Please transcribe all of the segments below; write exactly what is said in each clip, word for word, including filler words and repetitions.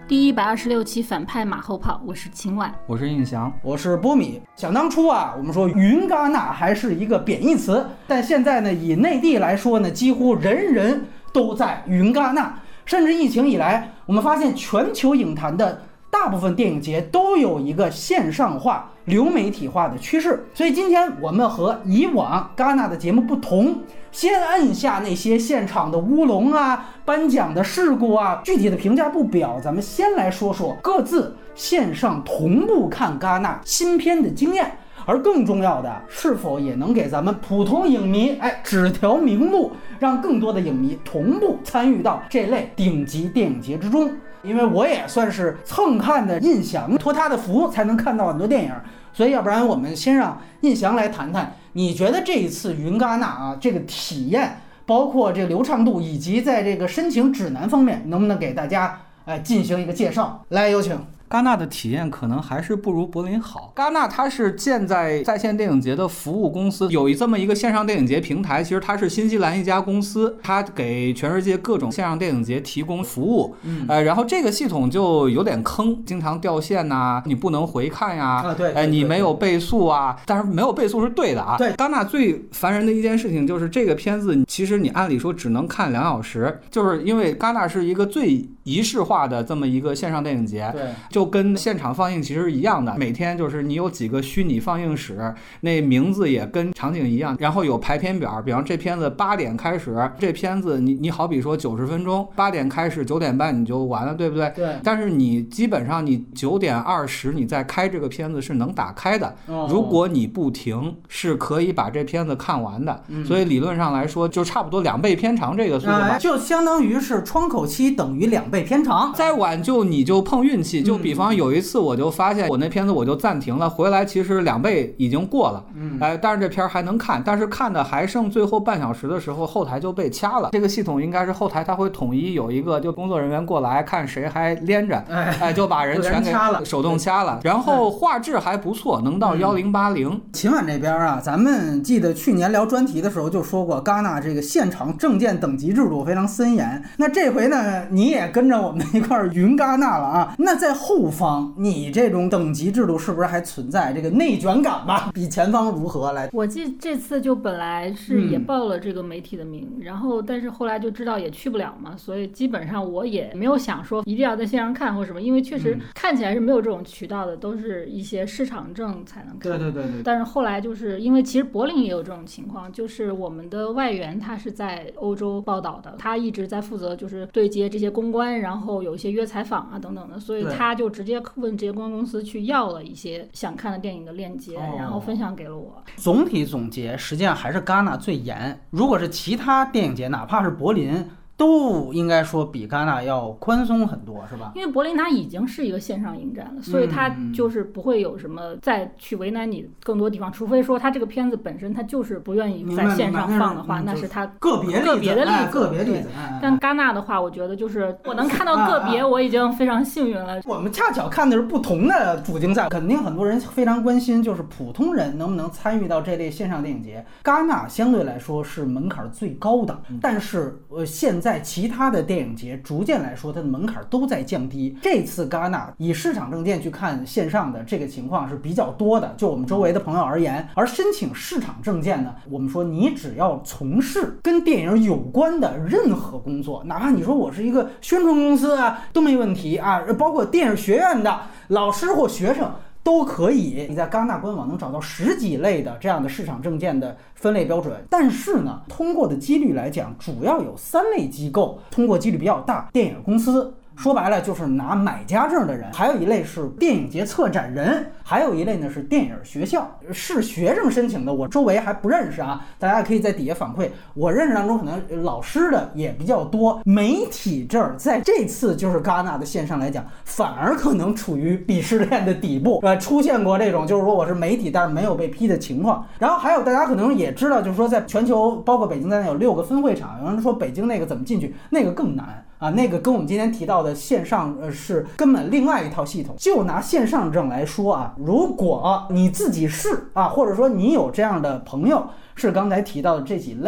第一百二十六期反派马后炮，我是秦晚， 我是印翔， 我是波米。想当初啊，我们说云戛纳还是一个贬义词，但现在呢，以内地来说呢，几乎人人都在云戛纳。甚至疫情以来，我们发现全球影坛的大部分电影节都有一个线上化、流媒体化的趋势。所以今天我们和以往戛纳的节目不同，先摁下那些现场的乌龙啊、颁奖的事故啊，具体的评价不表，咱们先来说说各自线上同步看戛纳新片的经验。而更重要的，是否也能给咱们普通影迷哎指条明路，让更多的影迷同步参与到这类顶级电影节之中。因为我也算是蹭看的印象，托他的福才能看到很多电影，所以要不然我们先让印翔来谈谈，你觉得这一次云戛纳啊这个体验，包括这流畅度以及在这个申请指南方面，能不能给大家哎进行一个介绍？来，有请。 戛纳的体验可能还是不如柏林好。戛纳它是建在在线电影节的服务公司，有这么一个线上电影节平台，其实它是新西兰一家公司，它给全世界各种线上电影节提供服务。嗯，呃，然后这个系统就有点坑，经常掉线呐、啊，你不能回看呀、 啊，对， 哎、呃，你没有倍速啊，但是没有倍速是对的啊。 对， 戛纳最烦人的一件事情就是这个片子，其实你按理说只能看两小时，就是因为戛纳是一个最仪式化的这么一个线上电影节， 对， 就跟现场放映其实是一样的，每天就是你有几个虚拟放映室，那名字也跟场景一样，然后有排片表，比方这片子八点开始，这片子你你好比说九十分钟，八点开始，九点半你就完了，对不对？ 对。 但是你基本上你九点二十你再开这个片子是能打开的， 哦、 如果你不停是可以把这片子看完的，嗯、所以理论上来说就差不多两倍片长这个速度吧、 呃，就相当于是窗口期等于两倍片长， 再晚就你就碰运气，就比方有一次我就发现我那片子我就暂停了，回来其实两倍已经过了，嗯，哎，但是这片还能看，但是看的还剩最后半小时的时候，后台就被掐了。这个系统应该是后台它会统一有一个就工作人员过来看谁还连着，哎，哎就把人全给手动掐了。然后画质还不错，能到幺零八零。 秦晚这边啊，咱们记得去年聊专题的时候就说过，戛纳这个现场证件等级制度非常森严。那这回呢，你也跟着我们一块儿云戛纳了啊？那在后方，你这种等级制度是不是还存在这个内卷感吧？比前方如何来？ 我记这次就本来是也报了这个媒体的名、嗯、然后但是后来就知道也去不了嘛，所以基本上我也没有想说一定要在线上看或什么，因为确实看起来是没有这种渠道的，都是一些市场证才能看。 对对对对。 但是后来就是因为其实柏林也有这种情况，就是我们的外援他是在欧洲报道的，他一直在负责就是对接这些公关，然后有一些约采访啊等等的，所以他就直接问这些公关公司去要了一些想看的电影的链接、哦、然后分享给了我。 总体总结实际上还是戛纳最严，如果是其他电影节哪怕是柏林都应该说比戛纳要宽松很多，是吧？ 因为柏林它已经是一个线上影展了，所以它就是不会有什么再去为难你更多地方，除非说它这个片子本身它就是不愿意在线上放的话，那是它个别个别的例子， 个别例子。 但戛纳的话，我觉得就是我能看到个别，我已经非常幸运了。 我们恰巧看的是不同的主竞赛，肯定很多人非常关心，就是普通人能不能参与到这类线上电影节。戛纳相对来说是门槛最高的，但是呃现在在其他的电影节逐渐来说它的门槛都在降低，这次戛纳以市场证件去看线上的这个情况是比较多的，就我们周围的朋友而言。而申请市场证件呢，我们说你只要从事跟电影有关的任何工作，哪怕你说我是一个宣传公司啊都没问题啊，包括电影学院的老师或学生都可以，你在戛纳官网能找到十几类的这样的市场证件的分类标准。但是呢，通过的几率来讲，主要有三类机构通过几率比较大，电影公司。说白了就是拿买家证的人，还有一类是电影节策展人，还有一类呢是电影学校，是学生申请的，我周围还不认识啊，大家可以在底下反馈。我认识当中可能老师的也比较多，媒体这儿在这次就是戛纳的线上来讲，反而可能处于鄙视链的底部，呃，出现过这种就是说我是媒体但是没有被批的情况。然后还有大家可能也知道，就是说在全球包括北京在内有六个分会场，有人说北京那个怎么进去，那个更难。啊，那个跟我们今天提到的线上呃是根本另外一套系统。就拿线上证来说啊，如果你自己是啊，或者说你有这样的朋友是刚才提到的这几类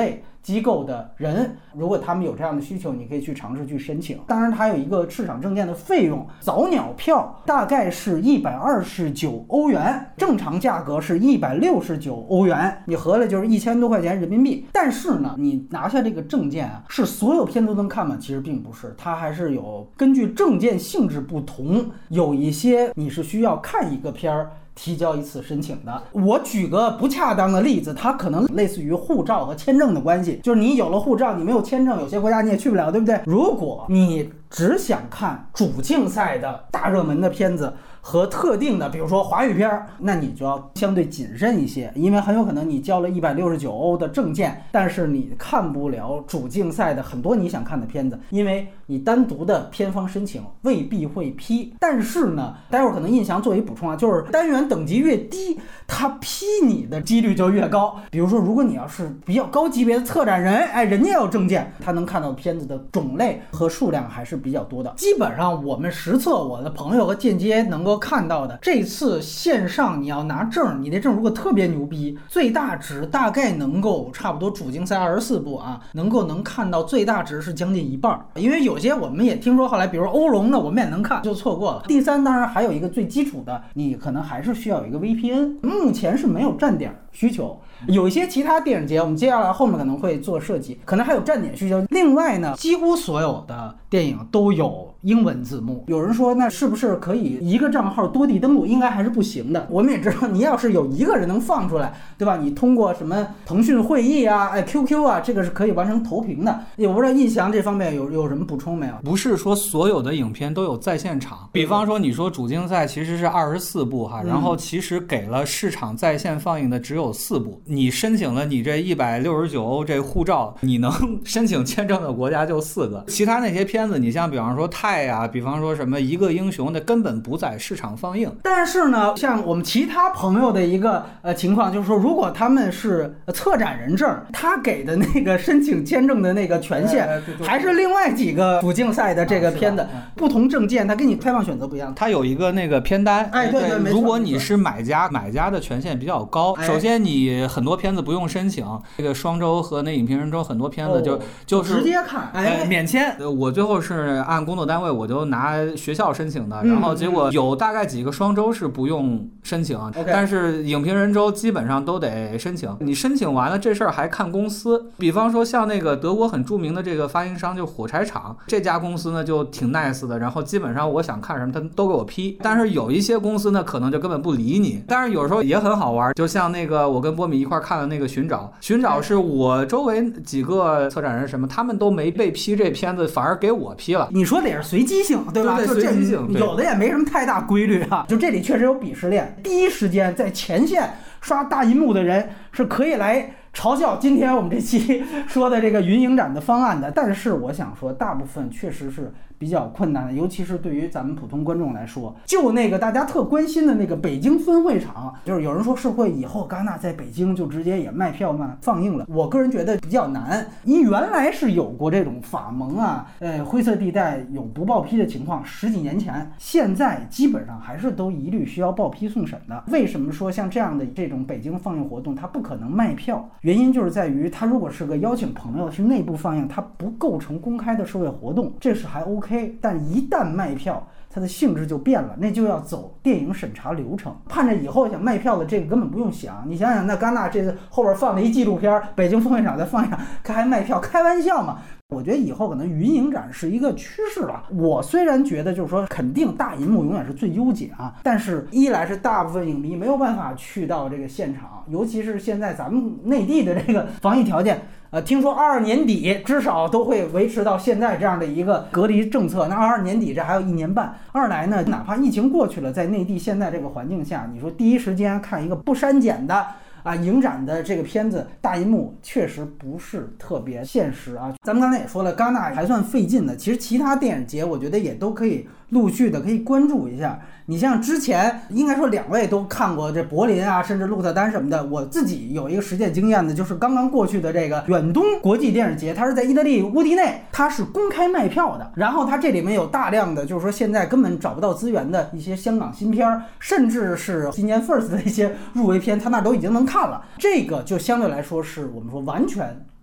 机构的人，如果他们有这样的需求，你可以去尝试去申请。当然它有一个市场证件的费用，早鸟票大概是一百二十九欧元，正常价格是一百六十九欧元，你合了就是一千多块钱人民币。但是呢，你拿下这个证件啊，是所有片都能看吗？其实并不是，它还是有根据证件性质不同，有一些你是需要看一个片儿提交一次申请的。我举个不恰当的例子，它可能类似于护照和签证的关系，就是你有了护照，你没有签证，有些国家你也去不了，对不对？如果你只想看主竞赛的大热门的片子和特定的，比如说华语片，那你就要相对谨慎一些，因为很有可能你交了一百六十九欧的证件，但是你看不了主竞赛的很多你想看的片子，因为你单独的片方申请未必会批。但是呢，待会儿可能印象做一补充啊，就是单元等级越低，它批你的几率就越高。比如说，如果你要是比较高级别的策展人，哎，人家有证件，他能看到片子的种类和数量还是比较多的。基本上我们实测，我的朋友和间接能够看到的，这次线上你要拿证，你那证如果特别牛逼，最大值大概能够差不多主竞赛二十四部啊，能够能看到最大值是将近一半。因为有些我们也听说后来，比如欧龙的我们也能看，就错过了。第三，当然还有一个最基础的，你可能还是需要有一个 V P N， 目前是没有站点需求。有一些其他电影节，我们接下来后面可能会做设计，可能还有站点需求。另外呢，几乎所有的电影都有英文字幕。有人说，那是不是可以一个账号多地登录？应该还是不行的。我们也知道，你要是有一个人能放出来，对吧？你通过什么腾讯会议啊、哎 Q Q 啊，这个是可以完成投屏的。我不知道印翔这方面有有什么补充没有？ 不是说所有的影片都有在线场，比方说你说主竞赛其实是二十四部哈，然后其实给了市场在线放映的只有四部。你申请了你这一百六十九欧这护照，你能申请签证的国家就四个，其他那些片子，你像比方说泰呀，比方说什么一个英雄的，根本不在市场放映。 但是呢，像我们其他朋友的一个呃情况，就是说，如果他们是策展人证，他给的那个申请签证的那个权限，哎、对对对还是另外几个主竞赛的这个片子，啊、不同证件，它给你开放选择不一样。 它有一个那个片单， 哎，对对， 对如果你是买家，买家的权限比较高。哎、首先，你很多片子不用申请，这个双周和那影评人周很多片子就、哦、就是直接看， 哎，免签。我最后是按工作单位，我就拿学校申请的，然后结果有大概几个双周是不用申请， 嗯、 但是影评人周基本上都得申请。你申请完了这事儿还看公司，比方说像那个德国很著名的这个发行商就火柴厂，这家公司呢就挺 nice 的，然后基本上我想看什么他都给我批。但是有一些公司呢可能就根本不理你，但是有时候也很好玩，就像那个我跟波米一块看的那个寻找，寻找是我周围几个策展人什么他们都没被批这片子，反而给我批了。 你说的也是随机性，对吧？ 对对， 就随机性， 有的也没什么太大规律啊。就这里确实有鄙视链，第一时间在前线刷大银幕的人是可以来嘲笑今天我们这期说的这个云影展的方案的。但是我想说，大部分确实是比较困难的，尤其是对于咱们普通观众来说。就那个大家特关心的那个北京分会场，就是有人说是会以后戛纳在北京就直接也卖票嘛放映了，我个人觉得比较难。因为原来是有过这种法蒙啊，呃灰色地带有不报批的情况，十几年前，现在基本上还是都一律需要报批送审的。为什么说像这样的这种北京放映活动它不可能卖票？原因就是在于它如果是个邀请朋友是内部放映，它不构成公开的社会活动，这是还 OK。但一旦卖票，它的性质就变了，那就要走电影审查流程。盼着以后想卖票的这个根本不用想，你想想，那戛纳这次后边放了一纪录片，北京分会场再放一场，还卖票，开玩笑嘛？我觉得以后可能云影展是一个趋势了。我虽然觉得就是说肯定大银幕永远是最优解啊，但是一来是大部分影迷没有办法去到这个现场，尤其是现在咱们内地的这个防疫条件，呃，听说二二年底至少都会维持到现在这样的一个隔离政策。那二二年底这还有一年半。二来呢，哪怕疫情过去了，在内地现在这个环境下，你说第一时间看一个不删减的啊，影展的这个片子大银幕确实不是特别现实啊。咱们刚才也说了，戛纳还算费劲的，其实其他电影节我觉得也都可以陆续的可以关注一下。你像之前应该说两位都看过这柏林啊，甚至鹿特丹什么的，我自己有一个实践经验的，就是刚刚过去的这个远东国际电影节，它是在意大利乌迪内，它是公开卖票的，然后它这里面有大量的就是说现在根本找不到资源的一些香港新片，甚至是今年 First 的一些入围片，它那都已经能看了。这个就相对来说是我们说完全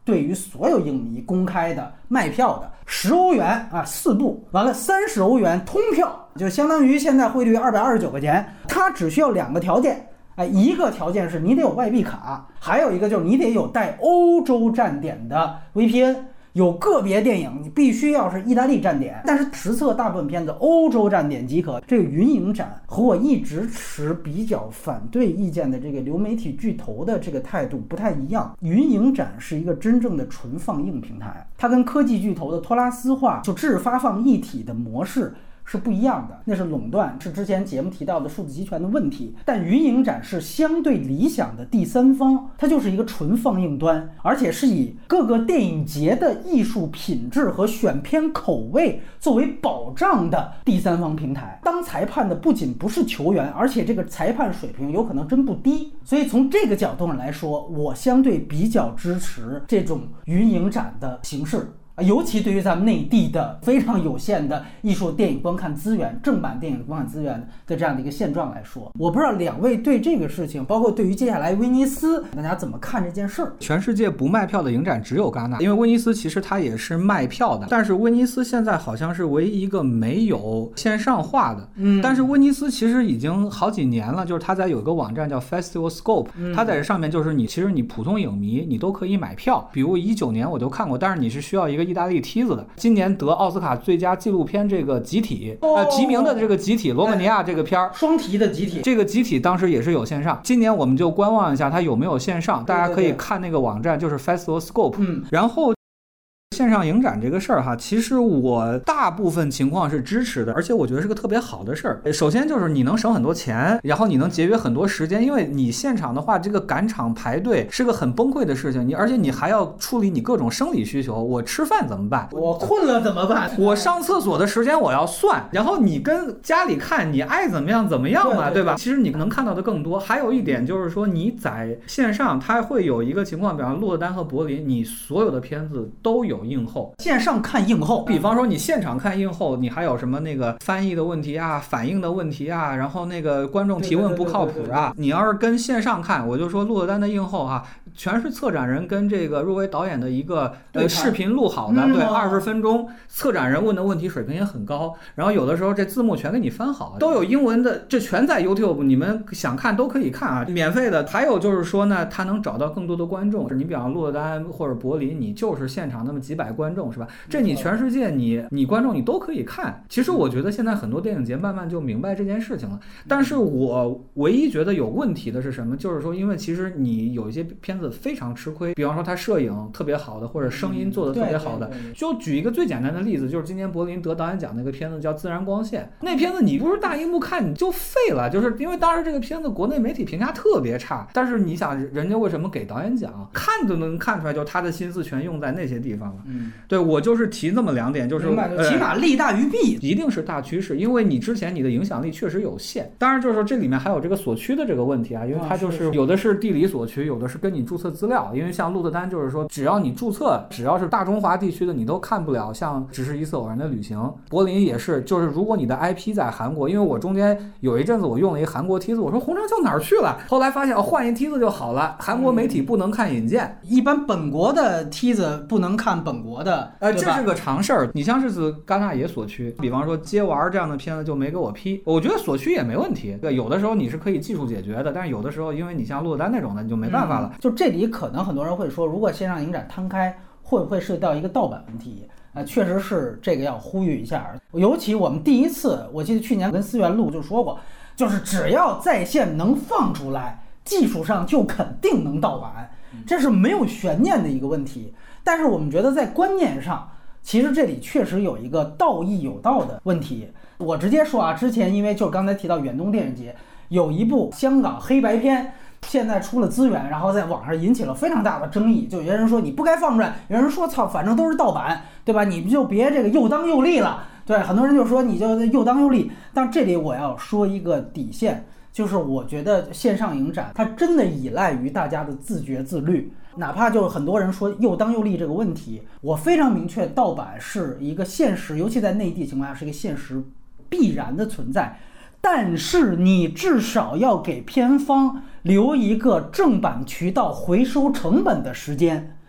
对于所有影迷公开的卖票的十欧元啊，四部，完了三十欧元通票，就相当于现在汇率二百二十九块钱。它只需要两个条件，哎，一个条件是你得有外币卡，还有一个就是你得有带欧洲站点的 V P N。有个别电影你必须要是意大利站点，但是实测大部分片子欧洲站点即可。这个云影展和我一直持比较反对意见的这个流媒体巨头的这个态度不太一样。云影展是一个真正的纯放映平台，它跟科技巨头的托拉斯化就制发放一体的模式是不一样的，那是垄断，是之前节目提到的数字集权的问题。但云影展是相对理想的第三方，它就是一个纯放映端，而且是以各个电影节的艺术品质和选片口味作为保障的第三方平台。当裁判的不仅不是球员，而且这个裁判水平有可能真不低。所以从这个角度上来说，我相对比较支持这种云影展的形式。尤其对于咱们内地的非常有限的艺术电影观看资源、正版电影观看资源的这样的一个现状来说，我不知道两位对这个事情，包括对于接下来威尼斯，大家怎么看这件事儿？ 全世界不卖票的影展只有戛纳，因为威尼斯其实它也是卖票的，但是威尼斯现在好像是唯一一个没有线上化的。嗯，但是威尼斯其实已经好几年了，就是它在有一个网站叫 Festival Scope，嗯，它在这上面就是你其实你普通影迷你都可以买票，比如一九年我就看过，但是你是需要一个意大利梯子的。今年得奥斯卡最佳纪录片这个集体、哦、呃提名的这个集体罗马尼亚这个片儿、哎、 双提的集体， 这个集体当时也是有线上，今年我们就观望一下它有没有线上，大家可以看那个网站就是 Festival Scope。嗯，然后线上影展这个事儿哈，其实我大部分情况是支持的，而且我觉得是个特别好的事儿。首先就是你能省很多钱，然后你能节约很多时间，因为你现场的话，这个赶场排队是个很崩溃的事情，你而且你还要处理你各种生理需求。我吃饭怎么办？ 我困了怎么办？ 我上厕所的时间我要算，然后你跟家里看，你爱怎么样怎么样嘛， 对, 对, 对吧？其实你能看到的更多。还有一点就是说，你在线上它会有一个情况，比方鹿特丹和柏林，你所有的片子都有映后， 线上看映后， 比方说你现场看映后，你还有什么那个翻译的问题啊、反应的问题啊，然后那个观众提问不靠谱啊。你要是跟线上看，我就说鹿特丹的映后哈、啊，全是策展人跟这个入围导演的一个呃视频录好的，对，二十分钟，策展人问的问题水平也很高，然后有的时候这字幕全给你翻好，都有英文的，这全在 YouTube， 你们想看都可以看啊，免费的。还有就是说呢，他能找到更多的观众，你比方鹿特丹或者柏林，你就是现场那么几百观众是吧？这你全世界你你观众你都可以看。其实我觉得现在很多电影节慢慢就明白这件事情了，但是我唯一觉得有问题的是什么？就是说，因为其实你有一些片子非常吃亏，比方说它摄影特别好的，或者声音做的特别好的。就举一个最简单的例子，就是今年柏林得导演奖那个片子叫《自然光线》，那片子你不是大荧幕看你就废了，就是因为当时这个片子国内媒体评价特别差，但是你想人家为什么给导演奖？看就能看出来，就他的心思全用在那些地方了。嗯，对，我就是提这么两点，就是起码利大于弊， 一定是大趋势，因为你之前你的影响力确实有限。当然就是说这里面还有这个所趋的这个问题啊，因为它就是有的是地理所趋，有的是跟你注册资料，因为像鹿特丹就是说只要你注册，只要是大中华地区的你都看不了像只是一次偶然的旅行。柏林也是，就是如果你的 I P 在韩国，因为我中间有一阵子我用了一个韩国梯子，我说红长袖哪儿去了，后来发现哦换一梯子就好了，韩国媒体不能看引荐， 一般本国的梯子不能看本国的， 呃这是个常事儿。你像这次戛纳也所趋，比方说接玩这样的片子就没给我批，我觉得所趋也没问题，对，有的时候你是可以技术解决的，但是有的时候因为你像鹿特丹那种的你就没办法了、 嗯、就这里可能很多人会说，如果线上影展摊开会不会涉及到一个盗版问题？呃，确实是这个要呼吁一下。尤其我们第一次，我记得去年跟思源录就说过，就是只要在线能放出来，技术上就肯定能盗版，这是没有悬念的一个问题。但是我们觉得在观念上，其实这里确实有一个道义有道的问题。我直接说啊，之前因为就刚才提到远东电影节有一部香港黑白片，现在出了资源，然后在网上引起了非常大的争议，就有些人说你不该放出来，有人说操，反正都是盗版，对吧？你就别这个又当又立了。对，很多人就说你就又当又立。但这里我要说一个底线，就是我觉得线上影展它真的依赖于大家的自觉自律。哪怕就是很多人说又当又立这个问题，我非常明确，盗版是一个现实，尤其在内地情况下是一个现实必然的存在。但是你至少要给片方留一个正版渠道回收成本的时间。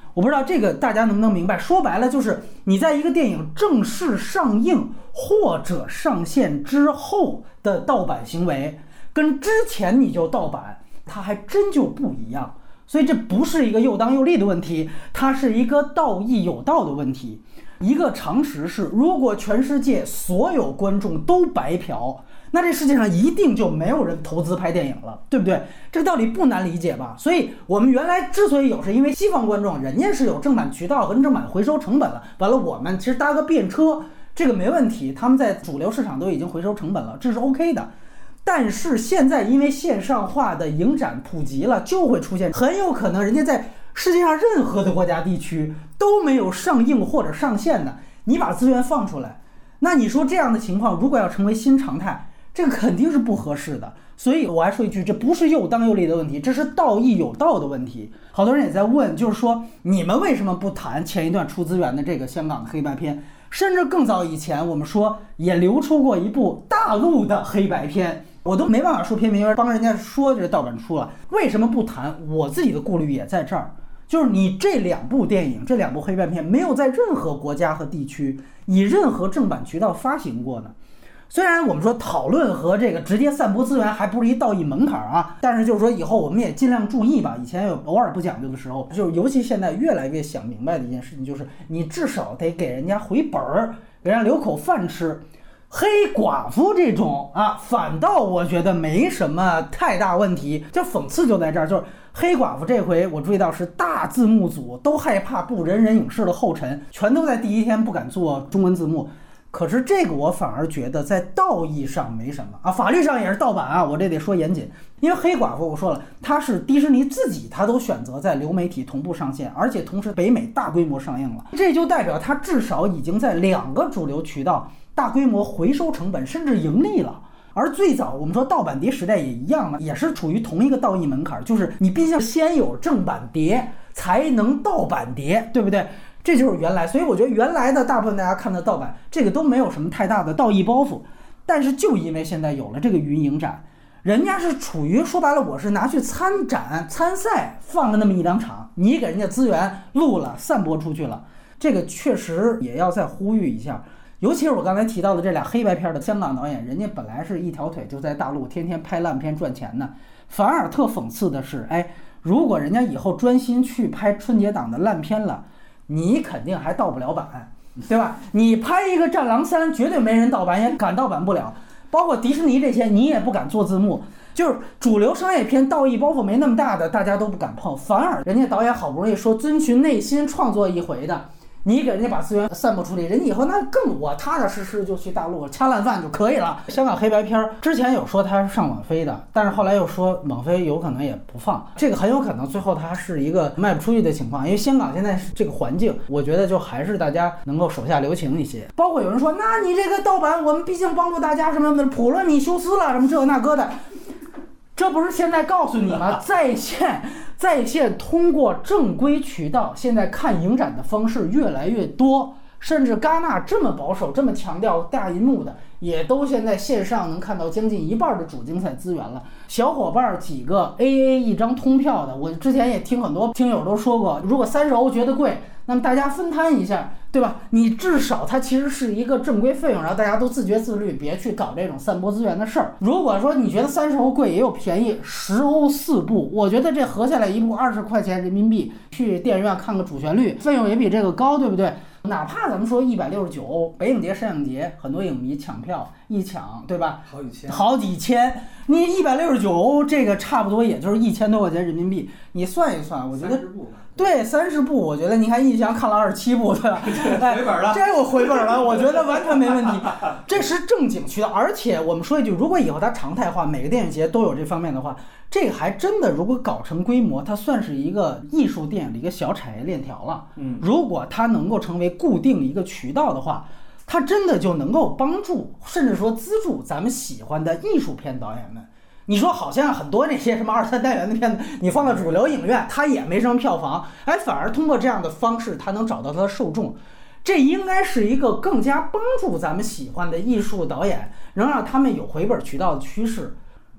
我不知道这个大家能不能明白，说白了就是你在一个电影正式上映或者上线之后的盗版行为，跟之前你就盗版，它还真就不一样。所以这不是一个又当又立的问题，它是一个道义有道的问题。一个常识是，如果全世界所有观众都白嫖，那这世界上一定就没有人投资拍电影了，对不对？这个道理不难理解吧？所以我们原来之所以有，是因为西方观众人家是有正版渠道和正版回收成本了，完了我们其实搭个便车，这个没问题，他们在主流市场都已经回收成本了，这是 OK 的。但是现在因为线上化的影展普及了，就会出现很有可能人家在世界上任何的国家地区都没有上映或者上线的，你把资源放出来，那你说这样的情况如果要成为新常态，这个肯定是不合适的。所以我还说一句，这不是又当又立的问题，这是道义有道的问题。好多人也在问，就是说你们为什么不谈前一段出资源的这个香港的黑白片，甚至更早以前我们说也流出过一部大陆的黑白片，我都没办法说片名，因为帮人家说这盗版出了，为什么不谈？我自己的顾虑也在这儿，就是你这两部电影，这两部黑白片没有在任何国家和地区以任何正版渠道发行过呢。虽然我们说讨论和这个直接散播资源还不是一道义门槛啊，但是就是说以后我们也尽量注意吧。以前有偶尔不讲究的时候，就是尤其现在越来越想明白的一件事情，就是你至少得给人家回本儿，给人家留口饭吃。黑寡妇这种啊，反倒我觉得没什么太大问题。这讽刺就在这儿，就是黑寡妇这回我注意到是大字幕组都害怕步人人影视的后尘，全都在第一天不敢做中文字幕。可是这个我反而觉得在道义上没什么啊，法律上也是盗版啊，我这得说严谨。因为黑寡妇我说了，它是迪士尼自己，它都选择在流媒体同步上线，而且同时北美大规模上映了，这就代表它至少已经在两个主流渠道大规模回收成本，甚至盈利了。而最早我们说盗版碟时代也一样嘛，也是处于同一个道义门槛，就是你毕竟先有正版碟才能盗版碟，对不对？这就是原来，所以我觉得原来的大部分大家看的盗版，这个都没有什么太大的道义包袱。但是就因为现在有了这个云影展，人家是处于说白了，我是拿去参展参赛，放了那么一两场，你给人家资源录了散播出去了，这个确实也要再呼吁一下。尤其是我刚才提到的这俩黑白片的香港导演，人家本来是一条腿就在大陆天天拍烂片赚钱呢，反而特讽刺的是，哎，如果人家以后专心去拍春节档的烂片了，你肯定还盗不了版，对吧？你拍一个《战狼三》，绝对没人盗版，也敢盗版不了。包括迪士尼这些，你也不敢做字幕。就是主流商业片道义包袱没那么大的，大家都不敢碰。反而人家导演好不容易说遵循内心创作一回的，你给人家把资源散播出去，人家以后那更我踏踏实实就去大陆掐烂饭就可以了。香港黑白片之前有说它是上网飞的，但是后来又说网飞有可能也不放，这个很有可能最后它是一个卖不出去的情况。因为香港现在这个环境，我觉得就还是大家能够手下留情一些。包括有人说，那你这个盗版，我们毕竟帮助大家什么的，普罗米修斯了什么这那个的，这不是现在告诉你吗？在线在线通过正规渠道，现在看影展的方式越来越多，甚至戛纳这么保守这么强调大银幕的，也都现在线上能看到将近一半的主竞赛资源了。小伙伴几个 A A 一张通票的，我之前也听很多听友都说过，如果三十欧觉得贵，那么大家分摊一下，对吧？你至少它其实是一个正规费用，然后大家都自觉自律，别去搞这种散播资源的事儿。如果说你觉得三十欧贵，也有便宜，十欧四部，我觉得这合下来一部二十块钱人民币，去电影院看个主旋律，费用也比这个高，对不对？哪怕咱们说一百六十九欧，北影节、上影节，很多影迷抢票一抢，对吧？ 好几千， 好几千。你一百六十九欧，这个差不多也就是一千多块钱人民币。你算一算，我觉得对三十部，我觉得你看印象看了二十七部，对吧？ 回本了， 这我回本了，我觉得完全没问题。这是正经渠道，而且我们说一句，如果以后它常态化，每个电影节都有这方面的话，这个还真的，如果搞成规模，它算是一个艺术电影的一个小产业链条了。 嗯， 如果它能够成为固定一个渠道的话，它真的就能够帮助，甚至说资助咱们喜欢的艺术片导演们。你说好像很多那些什么二三单元的片子，你放到主流影院，它也没什么票房，哎，反而通过这样的方式，它能找到它的受众。这应该是一个更加帮助咱们喜欢的艺术导演，能让他们有回本渠道的趋势。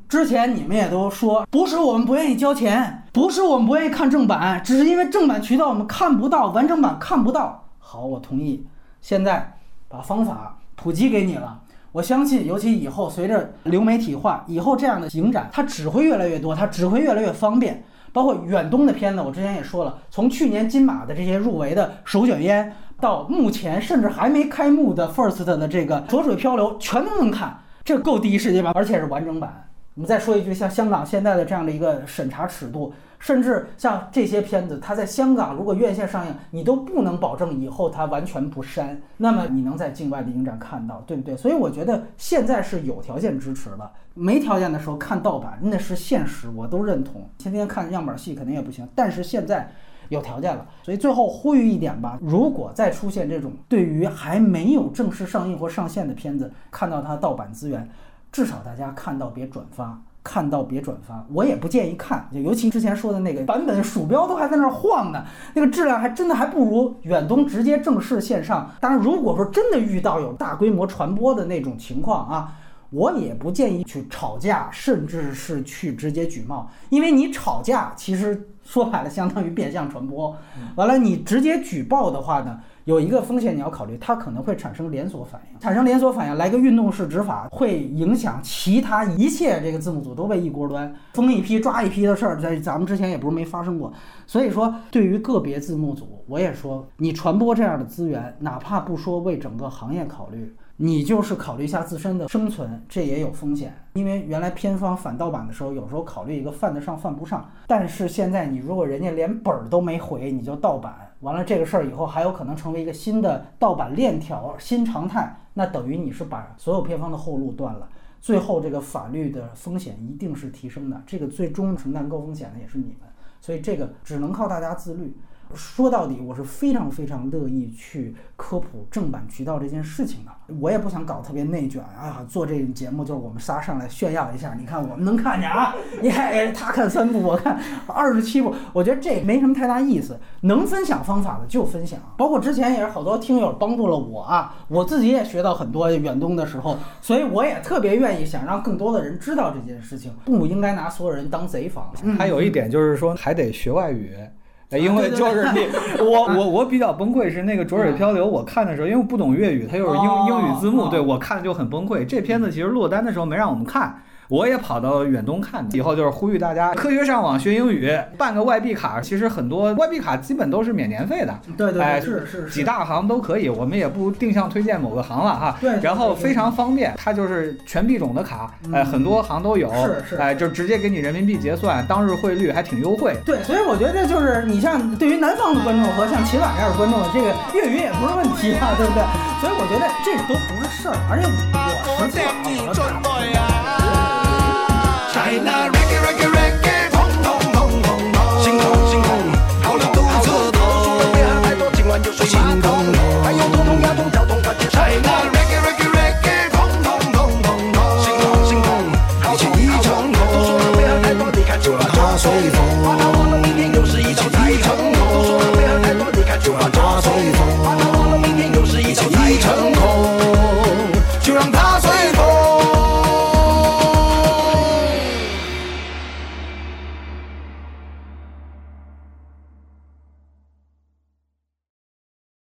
之前你们也都说，不是我们不愿意交钱，不是我们不愿意看正版，只是因为正版渠道我们看不到，完整版看不到。好，我同意。现在把方法普及给你了，我相信，尤其以后随着流媒体化，以后这样的影展它只会越来越多，它只会越来越方便。包括远东的片子，我之前也说了，从去年金马的这些入围的手卷烟，到目前甚至还没开幕的 First 的这个浊水漂流，全都能看，这够第一世界吧？而且是完整版。我们再说一句，像香港现在的这样的一个审查尺度，甚至像这些片子，它在香港如果院线上映，你都不能保证以后它完全不删，那么你能在境外的影展看到，对不对？所以我觉得现在是有条件支持的，没条件的时候看盗版那是现实，我都认同。天天看样板戏肯定也不行，但是现在有条件了，所以最后呼吁一点吧，如果再出现这种对于还没有正式上映或上线的片子，看到它盗版资源，至少大家看到别转发，看到别转发。我也不建议看，就尤其之前说的那个版本鼠标都还在那儿晃呢，那个质量还真的还不如远东直接正式线上。当然如果说真的遇到有大规模传播的那种情况啊，我也不建议去吵架，甚至是去直接举报，因为你吵架其实说白了相当于变相传播，完了你直接举报的话呢，有一个风险你要考虑，它可能会产生连锁反应，产生连锁反应来个运动式执法，会影响其他一切这个字幕组都被一锅端，封一批抓一批的事儿，在咱们之前也不是没发生过。所以说对于个别字幕组，我也说你传播这样的资源，哪怕不说为整个行业考虑，你就是考虑一下自身的生存，这也有风险。因为原来片方反盗版的时候，有时候考虑一个犯得上犯不上，但是现在你如果人家连本儿都没回，你就盗版，完了这个事儿以后还有可能成为一个新的盗版链条，新常态，那等于你是把所有片方的后路断了，最后这个法律的风险一定是提升的，这个最终承担高风险的也是你们，所以这个只能靠大家自律。说到底，我是非常非常乐意去科普正版渠道这件事情的。我也不想搞特别内卷啊，做这个节目就是我们仨上来炫耀一下，你看我们能看见啊，你看他看三部，我看二十七部，我觉得这没什么太大意思。能分享方法的就分享，包括之前也是好多听友帮助了我啊，我自己也学到很多远东的时候，所以我也特别愿意想让更多的人知道这件事情，不应该拿所有人当贼防。 嗯、还有一点就是说，还得学外语。因为就是你，我我我比较崩溃是那个浊水漂流，我看的时候，因为不懂粤语，它又是英英语字幕，对我看就很崩溃。这片子其实落单的时候没让我们看。我也跑到远东看，以后就是呼吁大家科学上网学英语，办个外币卡。其实很多外币卡基本都是免年费的， 对对， 哎， 是是是， 几大行都可以，我们也不定向推荐某个行了哈。 对， 然后非常方便，它就是全币种的卡，哎，很多行都有， 是是， 哎，就直接给你人民币结算，当日汇率还挺优惠。 对，所以我觉得就是你像对于南方的观众和像秦晚这样的观众，这个粤语也不是问题啊，对不对？所以我觉得这都不是事儿，而且我实际啊。